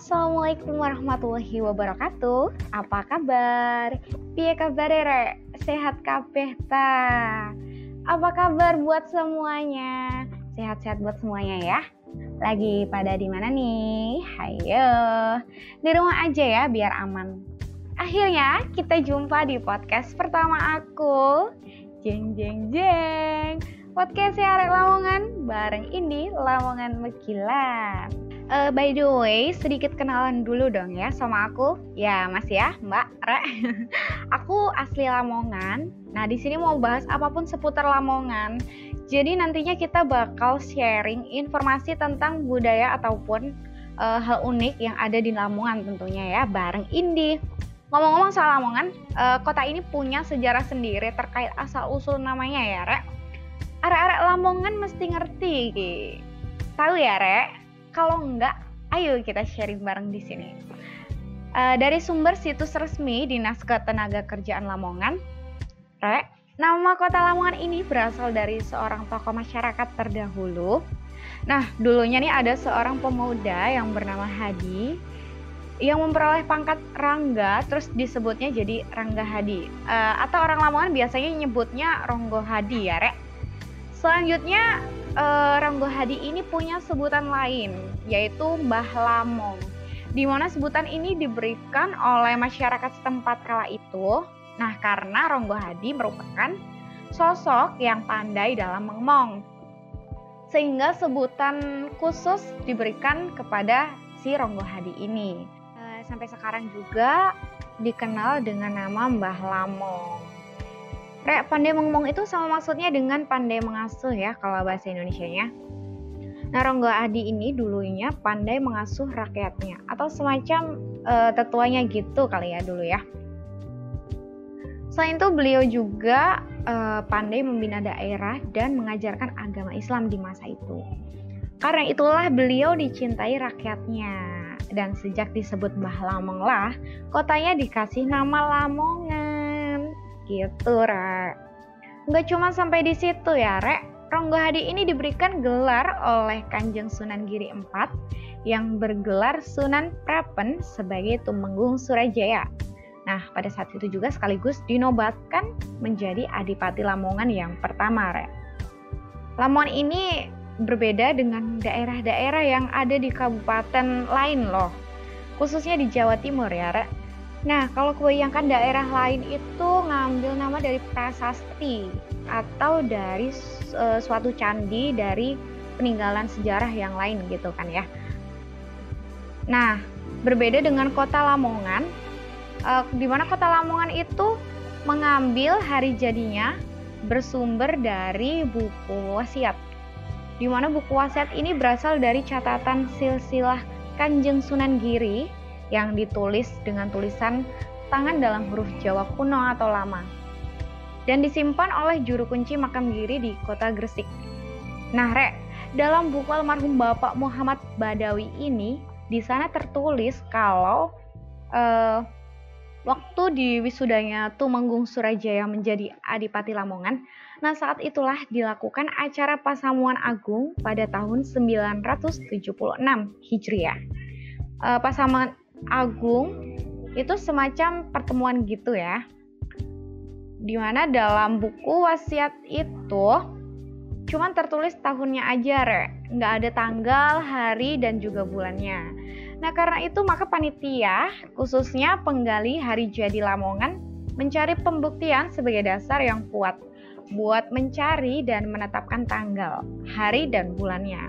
Assalamualaikum warahmatullahi wabarakatuh. Apa kabar? Piye kabar rek? Sehat kabeh ta? Apa kabar buat semuanya? Sehat-sehat buat semuanya ya. Lagi pada di mana nih? Hayo. Di rumah aja ya biar aman. Akhirnya kita jumpa di podcast pertama aku. Jeng jeng jeng. Podcast Arek Lamongan bareng Indi Lamongan Mekilan. By the way, sedikit kenalan dulu dong ya sama aku. Ya, Mas ya, Mbak, Rek. Aku asli Lamongan. Nah, di sini mau bahas apapun seputar Lamongan. Jadi nantinya kita bakal sharing informasi tentang budaya ataupun hal unik yang ada di Lamongan tentunya ya, bareng Indi. Ngomong-ngomong soal Lamongan, kota ini punya sejarah sendiri terkait asal-usul namanya ya, Rek. Arek-arek Lamongan mesti ngerti. Tahu ya, Rek? Kalau enggak, ayo kita sharing bareng di sini. Dari sumber situs resmi Dinas Ketenagakerjaan Lamongan, Rek, nama kota Lamongan ini berasal dari seorang tokoh masyarakat terdahulu. Nah, dulunya nih ada seorang pemuda yang bernama Hadi yang memperoleh pangkat Rangga, terus disebutnya jadi Rangga Hadi. Atau orang Lamongan biasanya nyebutnya Ronggo Hadi ya, Rek. Selanjutnya, Ronggo Hadi ini punya sebutan lain, yaitu Mbah Lamong, di mana sebutan ini diberikan oleh masyarakat setempat kala itu. Nah, karena Ronggo Hadi merupakan sosok yang pandai dalam mengomong, sehingga sebutan khusus diberikan kepada si Ronggo Hadi ini. Sampai sekarang juga dikenal dengan nama Mbah Lamong. Rek, pandai mengomong itu sama maksudnya dengan pandai mengasuh ya kalau bahasa Indonesianya. Nah, Ronggo Hadi ini dulunya pandai mengasuh rakyatnya atau semacam tetuanya gitu kali ya dulu ya. Selain itu beliau juga pandai membina daerah dan mengajarkan agama Islam di masa itu. Karena itulah beliau dicintai rakyatnya, dan sejak disebut Mbah Lamong lah kotanya dikasih nama Lamongan. Gitu, Rek. Nggak cuma sampai di situ ya, Rek. Ronggo Hadi ini diberikan gelar oleh Kanjeng Sunan Giri IV yang bergelar Sunan Prapen sebagai Tumenggung Surajaya. Nah, pada saat itu juga sekaligus dinobatkan menjadi Adipati Lamongan yang pertama, Rek. Lamongan ini berbeda dengan daerah-daerah yang ada di kabupaten lain loh, khususnya di Jawa Timur ya, Rek. Nah, kalau kebayangkan daerah lain itu ngambil nama dari prasasti atau dari suatu candi dari peninggalan sejarah yang lain gitu kan ya. Nah, berbeda dengan kota Lamongan, di mana kota Lamongan itu mengambil hari jadinya bersumber dari buku wasiat. Di mana buku wasiat ini berasal dari catatan silsilah Kanjeng Sunan Giri yang ditulis dengan tulisan tangan dalam huruf Jawa kuno atau lama dan disimpan oleh juru kunci makam Giri di kota Gresik. Nah, Rek, dalam buku almarhum Bapak Muhammad Badawi ini di sana tertulis kalau waktu di wisudanya Tumenggung Surajaya menjadi Adipati Lamongan, nah saat itulah dilakukan acara Pasamuan Agung pada tahun 976 Hijriah. Pasamuan Agung itu semacam pertemuan gitu ya, dimana dalam buku wasiat itu cuman tertulis tahunnya aja, Rek, nggak ada tanggal, hari, dan juga bulannya. Nah, karena itu maka panitia, khususnya penggali hari jadi Lamongan, mencari pembuktian sebagai dasar yang kuat buat mencari dan menetapkan tanggal, hari, dan bulannya.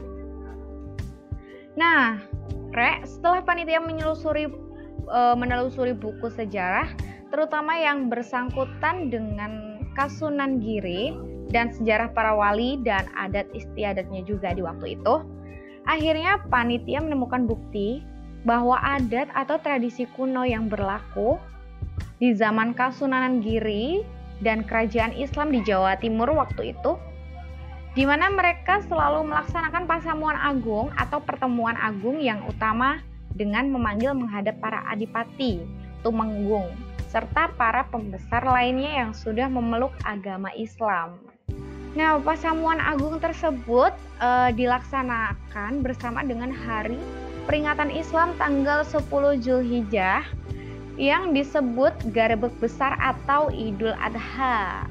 Nah, Rek, setelah panitia menelusuri buku sejarah, terutama yang bersangkutan dengan Kasunan Giri dan sejarah para wali dan adat istiadatnya juga di waktu itu, akhirnya panitia menemukan bukti bahwa adat atau tradisi kuno yang berlaku di zaman Kasunanan Giri dan kerajaan Islam di Jawa Timur waktu itu, di mana mereka selalu melaksanakan Pasamuan Agung atau pertemuan agung yang utama dengan memanggil menghadap para adipati, tumenggung, serta para pembesar lainnya yang sudah memeluk agama Islam. Nah, Pasamuan Agung tersebut dilaksanakan bersama dengan hari peringatan Islam tanggal 10 Zulhijjah yang disebut Garbek Besar atau Idul Adha.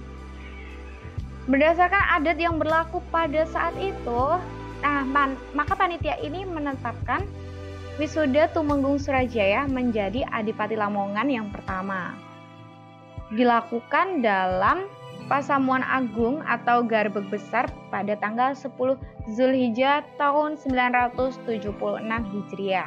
Berdasarkan adat yang berlaku pada saat itu, maka panitia ini menetapkan Wisuda Tumenggung Surajaya menjadi Adipati Lamongan yang pertama. Dilakukan dalam Pasamuan Agung atau Garbek Besar pada tanggal 10 Zulhijjah tahun 976 Hijriah.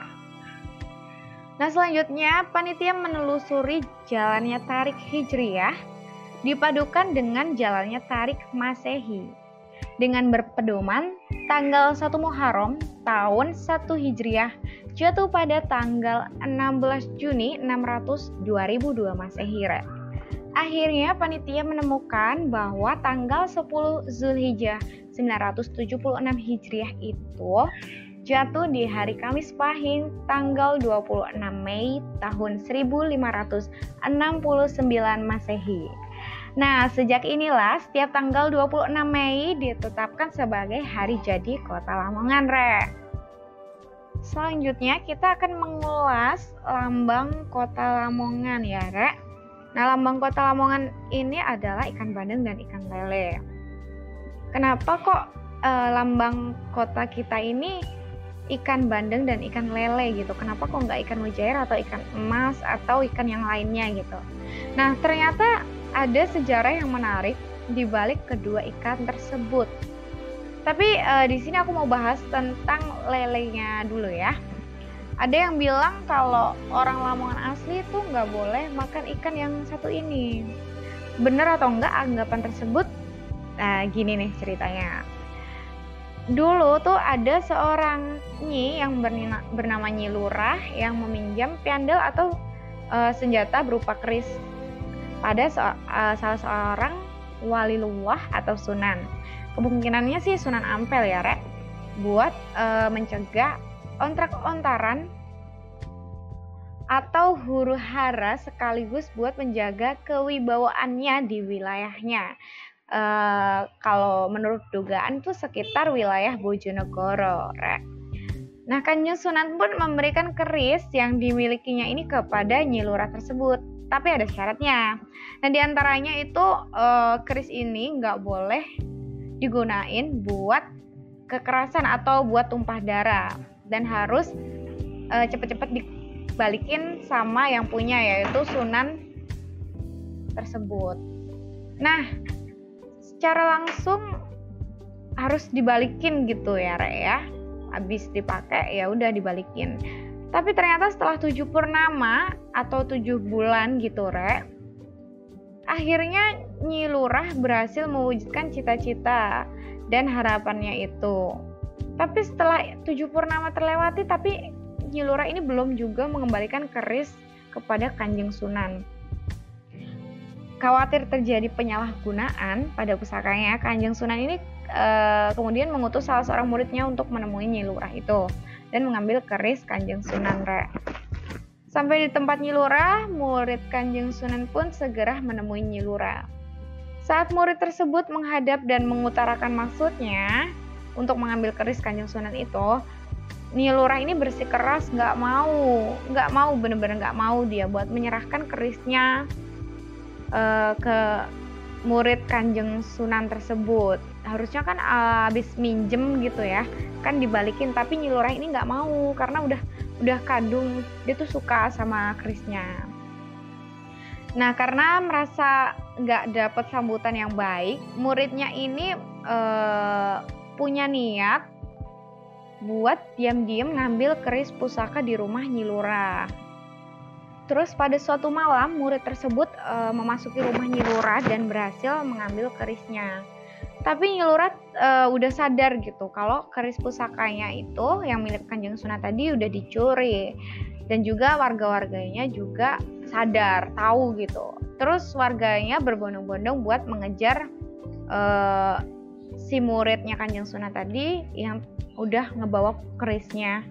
Nah, selanjutnya panitia menelusuri jalannya tarik Hijriah dipadukan dengan jalannya tarik Masehi dengan berpedoman tanggal 1 Muharram tahun 1 Hijriah jatuh pada tanggal 16 Juni 2002 Masehi. Akhirnya panitia menemukan bahwa tanggal 10 Zulhijjah 976 Hijriah itu jatuh di hari Kamis Pahing tanggal 26 Mei tahun 1569 Masehi. Nah, sejak inilah setiap tanggal 26 Mei ditetapkan sebagai hari jadi Kota Lamongan, Selanjutnya kita akan mengulas lambang Kota Lamongan ya, Nah, lambang Kota Lamongan ini adalah ikan bandeng dan ikan lele. Kenapa kok lambang kota kita ini ikan bandeng dan ikan lele gitu? Kenapa kok nggak ikan mujair atau ikan emas atau ikan yang lainnya gitu? Nah, ternyata ada sejarah yang menarik di balik kedua ikan tersebut. Tapi di sini aku mau bahas tentang lelenya dulu ya. Ada yang bilang kalau orang Lamongan asli itu nggak boleh makan ikan yang satu ini. Bener atau enggak anggapan tersebut? Nah, gini nih ceritanya. Dulu tuh ada seorang Nyi yang bernama Nyi Lurah yang meminjam piandel atau senjata berupa keris pada salah seorang waliullah atau sunan. Kemungkinannya sih Sunan Ampel ya, buat mencegah ontrak-ontaran atau huru hara sekaligus buat menjaga kewibawaannya di wilayahnya. Kalau menurut dugaan tuh sekitar wilayah Bojonegoro. Nah, Kanjeng Sunan pun memberikan keris yang dimilikinya ini kepada Nyi Lurah tersebut. Tapi ada syaratnya. Nah, diantaranya itu keris ini nggak boleh digunain buat kekerasan atau buat tumpah darah. Dan harus cepet-cepet dibalikin sama yang punya, yaitu Sunan tersebut. Nah, secara langsung harus dibalikin gitu ya, Habis dipakai ya udah dibalikin. Tapi ternyata setelah 7 purnama atau 7 bulan gitu, akhirnya Nyi Lurah berhasil mewujudkan cita-cita dan harapannya itu. Tapi setelah 7 purnama terlewati, tapi Nyi Lurah ini belum juga mengembalikan keris kepada Kanjeng Sunan. Khawatir terjadi penyalahgunaan pada pusakanya, Kanjeng Sunan ini kemudian mengutus salah seorang muridnya untuk menemui Nyi Lurah itu dan mengambil keris Kanjeng Sunan. Sampai di tempat Nyi Lurah, murid Kanjeng Sunan pun segera menemui Nyi Lurah. Saat murid tersebut menghadap dan mengutarakan maksudnya untuk mengambil keris Kanjeng Sunan itu, Nyi Lurah ini bersikeras nggak mau, bener-bener nggak mau dia buat menyerahkan kerisnya ke murid Kanjeng Sunan tersebut. Harusnya kan habis minjem gitu ya, kan dibalikin, tapi Nyi Lurah ini nggak mau karena udah kadung, dia tuh suka sama kerisnya. Nah, karena merasa nggak dapat sambutan yang baik, muridnya ini punya niat buat diam-diam ngambil keris pusaka di rumah Nyi Lurah. Terus pada suatu malam murid tersebut memasuki rumah Nyi Lurah dan berhasil mengambil kerisnya. Tapi Nyi Lurah udah sadar gitu kalau keris pusakanya itu yang milik Kanjeng Sunan tadi udah dicuri, dan juga warga-warganya juga sadar, tahu gitu. Terus warganya berbondong-bondong buat mengejar si muridnya Kanjeng Sunan tadi yang udah ngebawa kerisnya.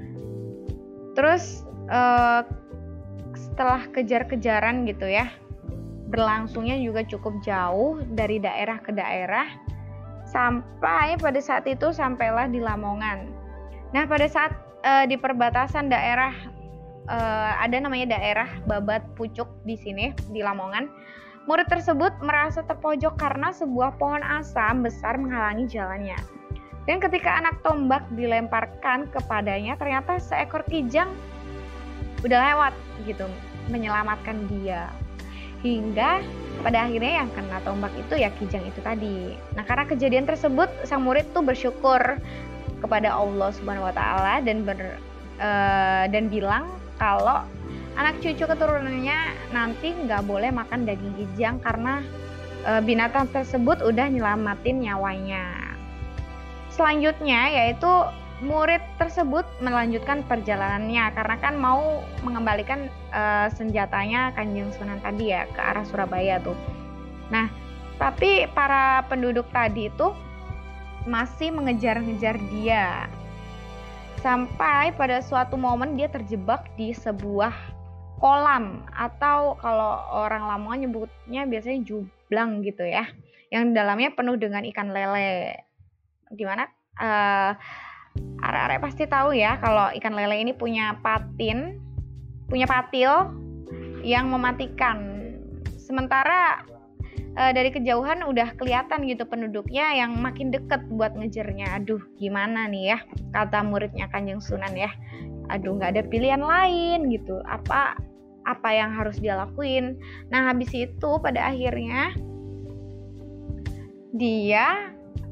Terus setelah kejar-kejaran gitu ya, berlangsungnya juga cukup jauh dari daerah ke daerah, sampai pada saat itu sampailah di Lamongan. Nah, pada saat di perbatasan daerah ada namanya daerah Babat Pucuk di sini di Lamongan. Murid tersebut merasa terpojok karena sebuah pohon asam besar menghalangi jalannya. Dan ketika anak tombak dilemparkan kepadanya, ternyata seekor kijang udah lewat gitu, menyelamatkan dia. Hingga pada akhirnya yang kena tombak itu ya kijang itu tadi. Nah, karena kejadian tersebut, sang murid tuh bersyukur kepada Allah Subhanahu wa taala dan bilang kalau anak cucu keturunannya nanti nggak boleh makan daging kijang karena binatang tersebut udah nyelamatin nyawanya. Selanjutnya yaitu murid tersebut melanjutkan perjalanannya karena kan mau mengembalikan senjatanya Kanjeng Sunan tadi ya ke arah Surabaya tuh. Nah, tapi para penduduk tadi itu masih mengejar-ngejar dia. Sampai pada suatu momen dia terjebak di sebuah kolam, atau kalau orang Lamongan nyebutnya biasanya jublang gitu ya, yang dalamnya penuh dengan ikan lele. Dimana arek-arek pasti tahu ya kalau ikan lele ini punya patil yang mematikan. Sementara dari kejauhan udah kelihatan gitu penduduknya yang makin deket buat ngejarnya. Aduh, gimana nih ya, kata muridnya Kanjeng Sunan ya. Aduh, nggak ada pilihan lain gitu. Apa yang harus dia lakuin? Nah, habis itu pada akhirnya dia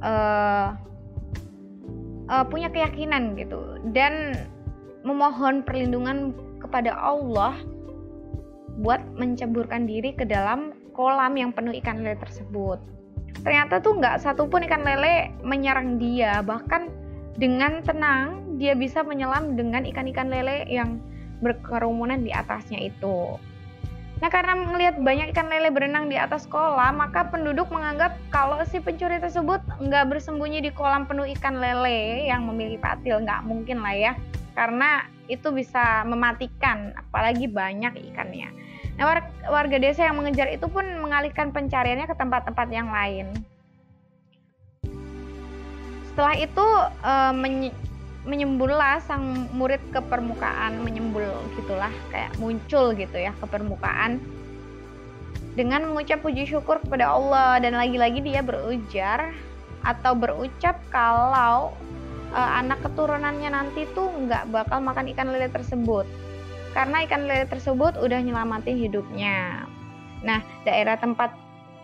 punya keyakinan gitu dan memohon perlindungan kepada Allah buat menceburkan diri ke dalam kolam yang penuh ikan lele tersebut. Ternyata tuh nggak satupun ikan lele menyerang dia, bahkan dengan tenang dia bisa menyelam dengan ikan-ikan lele yang berkerumunan di atasnya itu. Nah, karena melihat banyak ikan lele berenang di atas kolam, maka penduduk menganggap kalau si pencuri tersebut nggak bersembunyi di kolam penuh ikan lele yang memiliki patil. Nggak mungkin lah ya, karena itu bisa mematikan, apalagi banyak ikannya. Nah, warga desa yang mengejar itu pun mengalihkan pencariannya ke tempat-tempat yang lain. Setelah itu menyembullah sang murid ke permukaan, menyembul gitulah, kayak muncul gitu ya ke permukaan dengan mengucap puji syukur kepada Allah, dan lagi-lagi dia berucap kalau anak keturunannya nanti tuh nggak bakal makan ikan lele tersebut karena ikan lele tersebut udah nyelamatin hidupnya. Nah, daerah tempat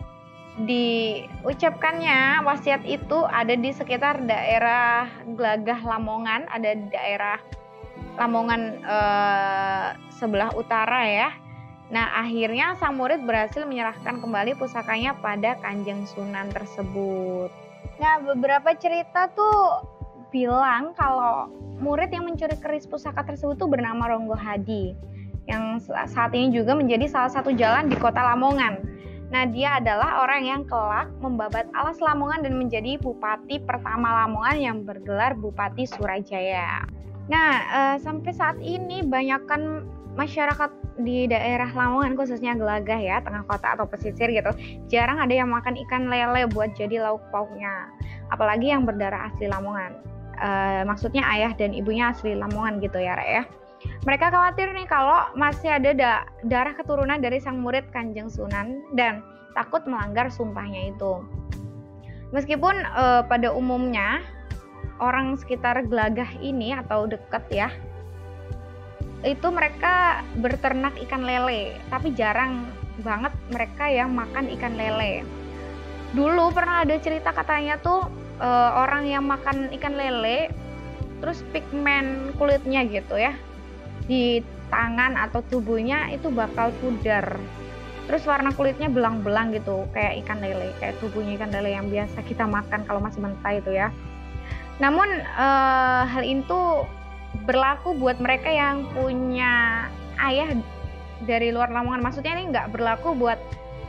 diucapkannya wasiat itu ada di sekitar daerah Glagah Lamongan, ada di daerah Lamongan sebelah utara ya. Nah, akhirnya sang murid berhasil menyerahkan kembali pusakanya pada Kanjeng Sunan tersebut. Nah, beberapa cerita tuh bilang kalau murid yang mencuri keris pusaka tersebut tuh bernama Ronggo Hadi, yang saat ini juga menjadi salah satu jalan di kota Lamongan. Nah, dia adalah orang yang kelak membabat alas Lamongan dan menjadi bupati pertama Lamongan yang bergelar Bupati Surajaya. Nah, sampai saat ini banyakkan masyarakat di daerah Lamongan, khususnya Glagah ya, tengah kota atau pesisir gitu, jarang ada yang makan ikan lele buat jadi lauk pauknya, apalagi yang berdarah asli Lamongan. Maksudnya ayah dan ibunya asli Lamongan gitu ya, Rek ya. Mereka khawatir nih kalau masih ada darah keturunan dari sang murid Kanjeng Sunan dan takut melanggar sumpahnya itu. Meskipun pada umumnya orang sekitar Glagah ini atau dekat ya, itu mereka berternak ikan lele, tapi jarang banget mereka yang makan ikan lele. Dulu pernah ada cerita katanya tuh orang yang makan ikan lele terus pigmen kulitnya gitu ya di tangan atau tubuhnya itu bakal pudar, terus warna kulitnya belang-belang gitu kayak ikan lele, kayak tubuhnya ikan lele yang biasa kita makan kalau masih mentah itu ya. Namun hal itu berlaku buat mereka yang punya ayah dari luar Lamongan, maksudnya ini nggak berlaku buat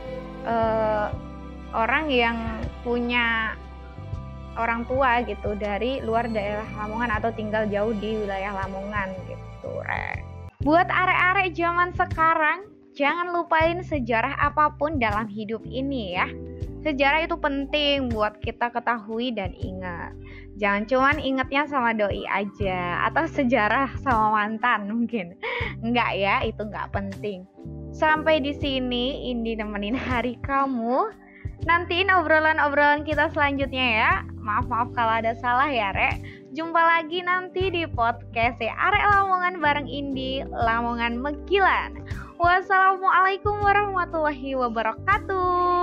orang yang punya orang tua gitu dari luar daerah Lamongan atau tinggal jauh di wilayah Lamongan gitu, Rek. Buat arek-arek zaman sekarang, jangan lupain sejarah apapun dalam hidup ini ya. Sejarah itu penting buat kita ketahui dan ingat. Jangan cuman ingatnya sama doi aja atau sejarah sama mantan mungkin. Enggak ya, itu enggak penting. Sampai di sini Indi nemenin hari kamu. Nantiin obrolan-obrolan kita selanjutnya ya. Maaf kalau ada salah ya, Rek. Jumpa lagi nanti di podcast ya Arek Lamongan bareng Indi, Lamongan Megilan. Wassalamualaikum warahmatullahi wabarakatuh.